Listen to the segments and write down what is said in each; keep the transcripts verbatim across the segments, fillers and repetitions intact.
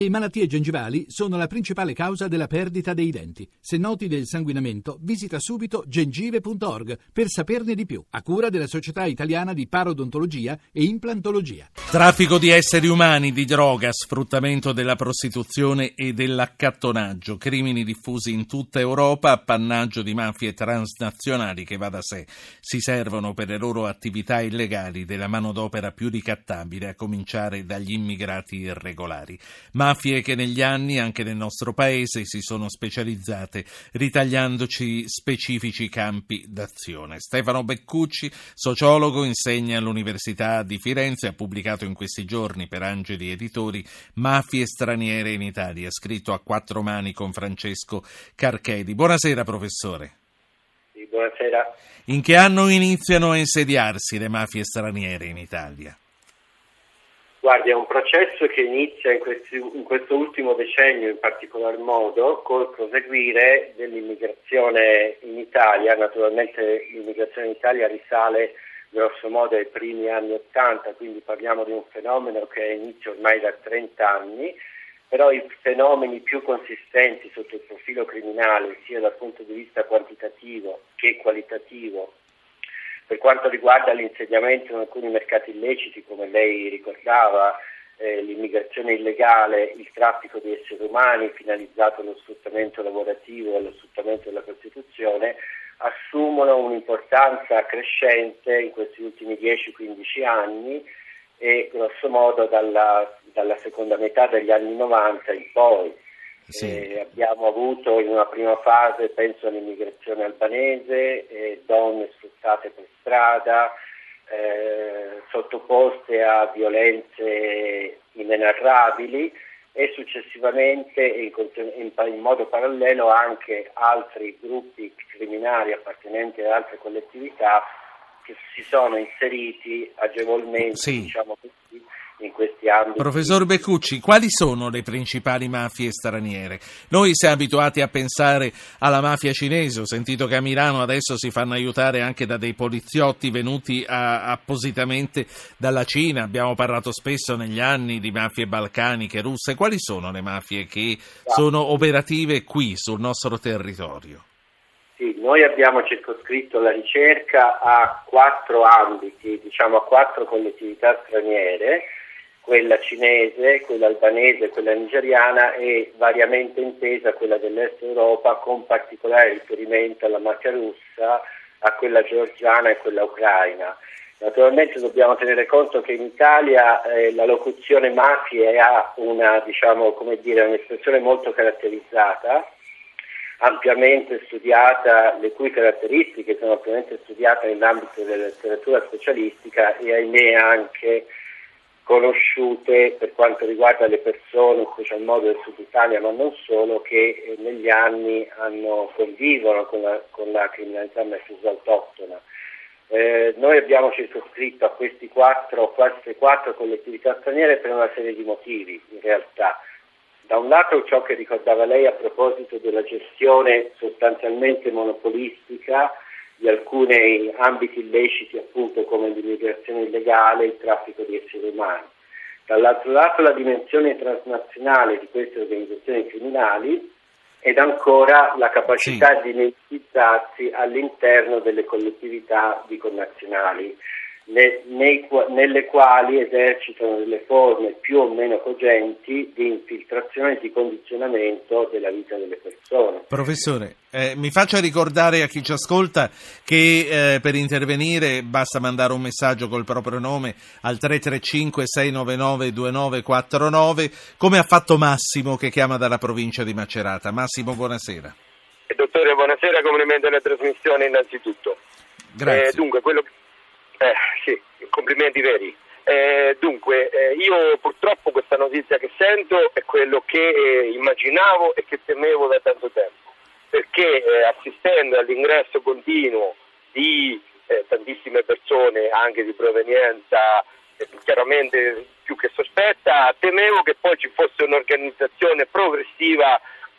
Le malattie gengivali sono la principale causa della perdita dei denti. Se noti del sanguinamento, visita subito gengive punto org per saperne di più, a cura della Società Italiana di Parodontologia e Implantologia. Traffico di esseri umani, di droga, sfruttamento della prostituzione e dell'accattonaggio, crimini diffusi in tutta Europa, appannaggio di mafie transnazionali che, va da sé, si servono per le loro attività illegali della manodopera più ricattabile, a cominciare dagli immigrati irregolari. Mafie che negli anni, anche nel nostro paese, si sono specializzate, ritagliandoci specifici campi d'azione. Stefano Beccucci, sociologo, insegna all'Università di Firenze, ha pubblicato in questi giorni per Angeli Editori Mafie straniere in Italia, scritto a quattro mani con Francesco Carchedi. Buonasera professore. Sì, buonasera. In che anno iniziano a insediarsi le mafie straniere in Italia? Guardi, è un processo che inizia in, questi, in questo ultimo decennio in particolar modo col proseguire dell'immigrazione in Italia. Naturalmente l'immigrazione in Italia risale grosso modo ai primi anni Ottanta, quindi parliamo di un fenomeno che inizia ormai da trenta anni, però i fenomeni più consistenti sotto il profilo criminale, sia dal punto di vista quantitativo che qualitativo, per quanto riguarda l'insediamento in alcuni mercati illeciti, come lei ricordava, eh, l'immigrazione illegale, il traffico di esseri umani finalizzato allo sfruttamento lavorativo e allo sfruttamento della prostituzione, assumono un'importanza crescente in questi ultimi dieci quindici anni e grosso modo dalla, dalla seconda metà degli anni novanta in poi. Sì. Eh, abbiamo avuto in una prima fase, penso all'immigrazione albanese, eh, donne sfruttate per strada, eh, sottoposte a violenze inenarrabili, e successivamente in, in, in modo parallelo anche altri gruppi criminali appartenenti ad altre collettività che si sono inseriti agevolmente, sì, diciamo così, in questi ambiti. Professor Beccucci, quali sono le principali mafie straniere? Noi siamo abituati a pensare alla mafia cinese, ho sentito che a Milano adesso si fanno aiutare anche da dei poliziotti venuti a, appositamente dalla Cina, abbiamo parlato spesso negli anni di mafie balcaniche, russe. Quali sono le mafie che sono operative qui sul nostro territorio? Sì, noi abbiamo circoscritto la ricerca a quattro ambiti, diciamo a quattro collettività straniere, quella cinese, quella albanese, quella nigeriana e variamente intesa quella dell'Est Europa, con particolare riferimento alla mafia russa, a quella georgiana e quella ucraina. Naturalmente dobbiamo tenere conto che in Italia eh, la locuzione mafie ha una, diciamo, come dire, un'espressione molto caratterizzata, ampiamente studiata, le cui caratteristiche sono ampiamente studiate nell'ambito della letteratura specialistica e ahimè anche conosciute per quanto riguarda le persone, in special modo del Sud Italia, ma non solo, che eh, negli anni hanno convivono con la, con la criminalità mafiosa autoctona. Eh, noi abbiamo circoscritto a questi quattro, queste quattro collettività straniere per una serie di motivi, in realtà. Da un lato ciò che ricordava lei a proposito della gestione sostanzialmente monopolistica di alcuni ambiti illeciti, appunto come l'immigrazione illegale e il traffico di esseri umani. Dall'altro lato la dimensione transnazionale di queste organizzazioni criminali ed ancora la capacità sì. di mimetizzarsi all'interno delle collettività di connazionali, ne, nei, nelle quali esercitano delle forme più o meno cogenti di infiltrazione e di condizionamento della vita delle persone. Professore, eh, mi faccia ricordare a chi ci ascolta che eh, per intervenire basta mandare un messaggio col proprio nome al tre tre cinque sei nove nove due nove quattro nove, come ha fatto Massimo che chiama dalla provincia di Macerata. Massimo, buonasera. Eh, dottore, buonasera, complimenti alla trasmissione innanzitutto. Grazie. Eh, dunque, quello che... Eh, sì, complimenti veri. Eh, dunque, eh, io purtroppo questa notizia che sento è quello che eh, immaginavo e che temevo da tanto tempo, perché eh, assistendo all'ingresso continuo di eh, tantissime persone, anche di provenienza eh, chiaramente più che sospetta, temevo che poi ci fosse un'organizzazione progressiva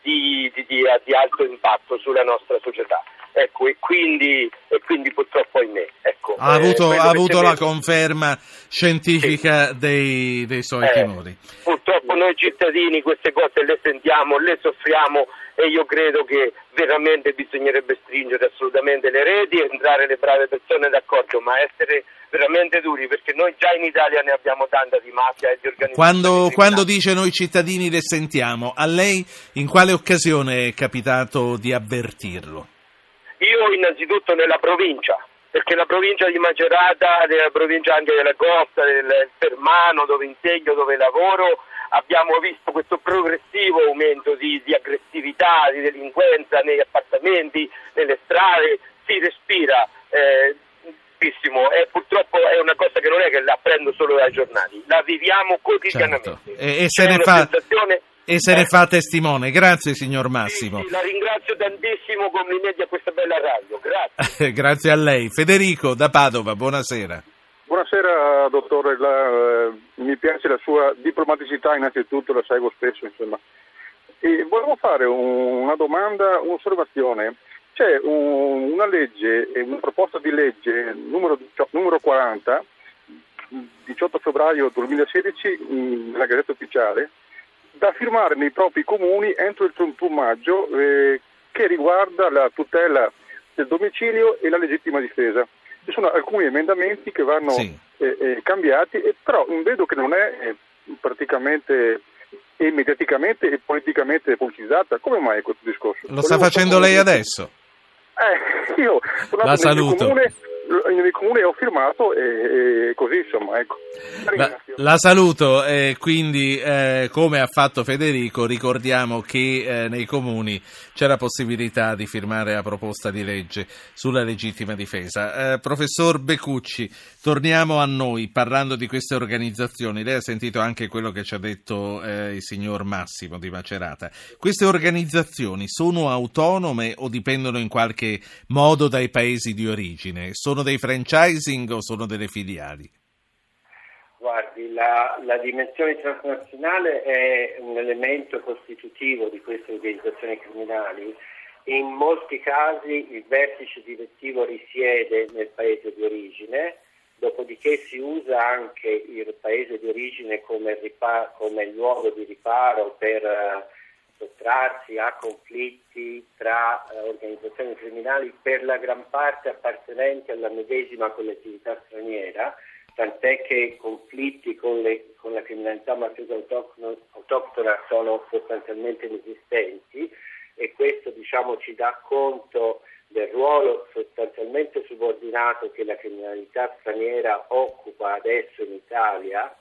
di, di, di, di alto impatto sulla nostra società. Ecco, e quindi, e quindi purtroppo ahimè. Ecco, ha avuto, eh, ha avuto la vedo. conferma scientifica sì. dei, dei suoi eh, timori. Purtroppo noi cittadini queste cose le sentiamo, le soffriamo, e io credo che veramente bisognerebbe stringere assolutamente le reti e entrare le brave persone d'accordo, ma essere veramente duri, perché noi già in Italia ne abbiamo tanta di mafia e di organizzazione. Quando, quando dice noi cittadini le sentiamo, a lei in quale occasione è capitato di avvertirlo? Io innanzitutto nella provincia, perché la provincia di Macerata, nella provincia anche della Costa, del Fermano, dove insegno, dove lavoro, abbiamo visto questo progressivo aumento di, di aggressività, di delinquenza nei appartamenti, nelle strade, si respira eh, e purtroppo è una cosa che non è che la prendo solo dai giornali, la viviamo quotidianamente. Certo. E, e se ne fa... E se ne fa testimone. Grazie signor Massimo. Sì, sì, la ringrazio tantissimo, complimenti a questa bella radio. Grazie. Grazie a lei. Federico da Padova, buonasera. Buonasera dottore, la, eh, mi piace la sua diplomaticità, innanzitutto la seguo spesso, insomma. E volevo fare un, una domanda, un'osservazione. C'è un, una legge, una proposta di legge numero, numero quaranta, diciotto febbraio duemilasedici, nella Gazzetta Ufficiale, da firmare nei propri comuni entro il trentuno maggio, eh, che riguarda la tutela del domicilio e la legittima difesa. Ci sono alcuni emendamenti che vanno sì. eh, eh, cambiati, e però vedo che non è eh, praticamente e mediaticamente e politicamente pubblicizzata. Come mai questo discorso? Lo sta facendo lei adesso? Eh, io la saluto. Comune, nel comune ho firmato e, e così insomma, ecco. La, la saluto, e quindi eh, come ha fatto Federico ricordiamo che eh, nei comuni c'è la possibilità di firmare la proposta di legge sulla legittima difesa. Eh, professor Becucci, torniamo a noi parlando di queste organizzazioni. Lei ha sentito anche quello che ci ha detto eh, il signor Massimo di Macerata. Queste organizzazioni sono autonome o dipendono in qualche modo dai paesi di origine? Sono dei franchising o sono delle filiali? Guardi, la, la dimensione transnazionale è un elemento costitutivo di queste organizzazioni criminali. In molti casi il vertice direttivo risiede nel paese di origine, dopodiché si usa anche il paese di origine come, riparo, come luogo di riparo per uh, sottrarsi a conflitti tra uh, organizzazioni criminali, per la gran parte appartenenti alla medesima collettività straniera, tant'è che conflitti con, le, con la criminalità mafiosa autoctona sono sostanzialmente inesistenti, e questo diciamo ci dà conto del ruolo sostanzialmente subordinato che la criminalità straniera occupa adesso in Italia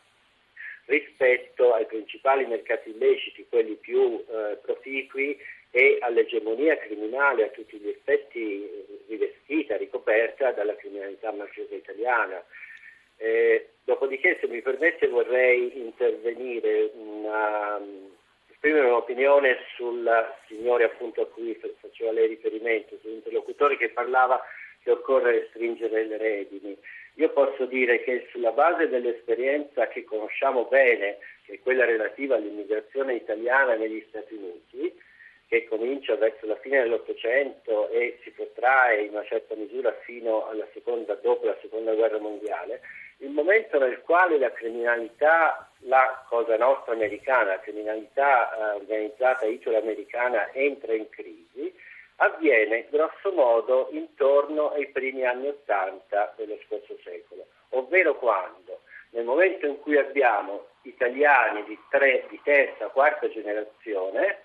rispetto ai principali mercati illeciti, quelli più eh, proficui, e all'egemonia criminale a tutti gli effetti rivestita, ricoperta dalla criminalità mafiosa italiana. Eh, dopodiché, se mi permette, vorrei intervenire, una, esprimere un'opinione sul signore appunto a cui faceva lei riferimento, sull'interlocutore che parlava che occorre stringere le redini. Io posso dire che sulla base dell'esperienza che conosciamo bene, che è quella relativa all'immigrazione italiana negli Stati Uniti, che comincia verso la fine dell'Ottocento e si protrae in una certa misura fino alla seconda, dopo la seconda guerra mondiale, il momento nel quale la criminalità, la cosa nostra americana, la criminalità eh, organizzata italo-americana entra in crisi, avviene grosso modo intorno ai primi anni Ottanta dello scorso secolo, ovvero quando, nel momento in cui abbiamo italiani di, tre, di terza, quarta generazione,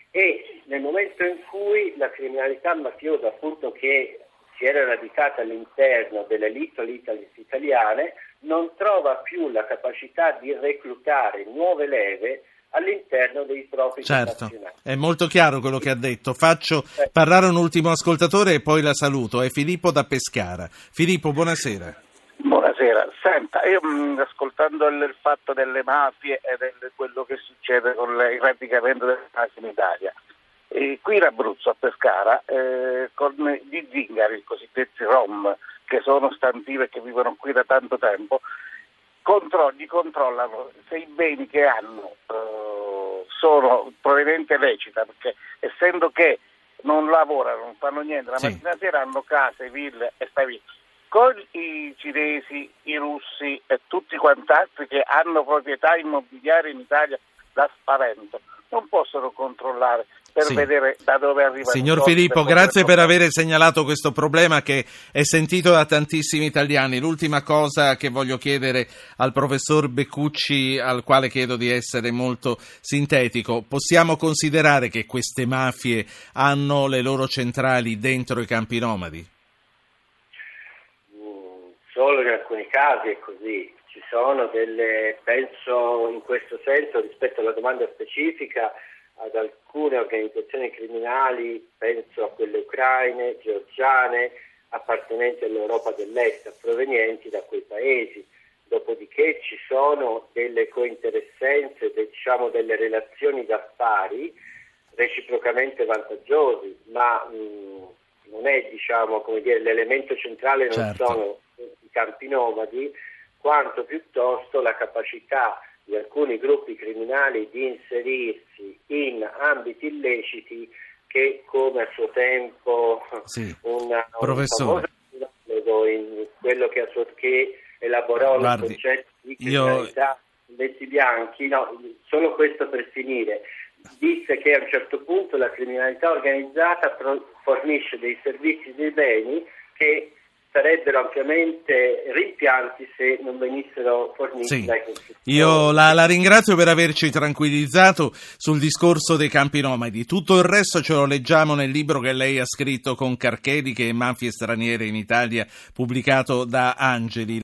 e nel momento in cui la criminalità mafiosa, appunto, che si era radicata all'interno delle little Italy italiane, non trova più la capacità di reclutare nuove leve all'interno dei propri certo, nazionali. È molto chiaro quello che ha detto. Faccio eh. parlare un ultimo ascoltatore e poi la saluto. È Filippo da Pescara. Filippo, buonasera. Buonasera. Senta, io mh, ascoltando il, il fatto delle mafie e di quello che succede con il radicamento delle mafie in Italia, e qui in Abruzzo, a Pescara, eh, con gli zingari, i cosiddetti rom, che sono stantivi e che vivono qui da tanto tempo, contro, gli controllano se i beni che hanno eh, sono proveniente lecita, perché essendo che non lavorano, non fanno niente, la sì. mattina sera hanno case, ville e sta via. Con i cinesi, i russi e tutti quant'altri che hanno proprietà immobiliari in Italia da spavento, non possono controllare per sì. vedere da dove arriva. Signor Filippo, grazie per aver segnalato questo problema che è sentito da tantissimi italiani. L'ultima cosa che voglio chiedere al professor Beccucci, al quale chiedo di essere molto sintetico: possiamo considerare che queste mafie hanno le loro centrali dentro i campi nomadi? Solo in alcuni casi è così. Ci sono delle, penso in questo senso, rispetto alla domanda specifica, ad alcune organizzazioni criminali, penso a quelle ucraine, georgiane, appartenenti all'Europa dell'Est, provenienti da quei paesi. Dopodiché ci sono delle cointeressenze, diciamo delle relazioni d'affari reciprocamente vantaggiose, ma mh, non è, diciamo, come dire, l'elemento centrale non certo. sono i campi nomadi, quanto piuttosto la capacità di alcuni gruppi criminali di inserirsi in ambiti illeciti che, come a suo tempo sì. una, professore un in quello che, a suo, che elaborò Guardi, il concetto di criminalità io... letti bianchi, no, solo questo per finire, disse che a un certo punto la criminalità organizzata fornisce dei servizi, dei beni che sarebbero ampiamente rimpianti se non venissero forniti sì. dai costruttori. Io la, la ringrazio per averci tranquillizzato sul discorso dei campi nomadi. Tutto il resto ce lo leggiamo nel libro che lei ha scritto con Carchedi, che è Mafie straniere in Italia, pubblicato da Angeli.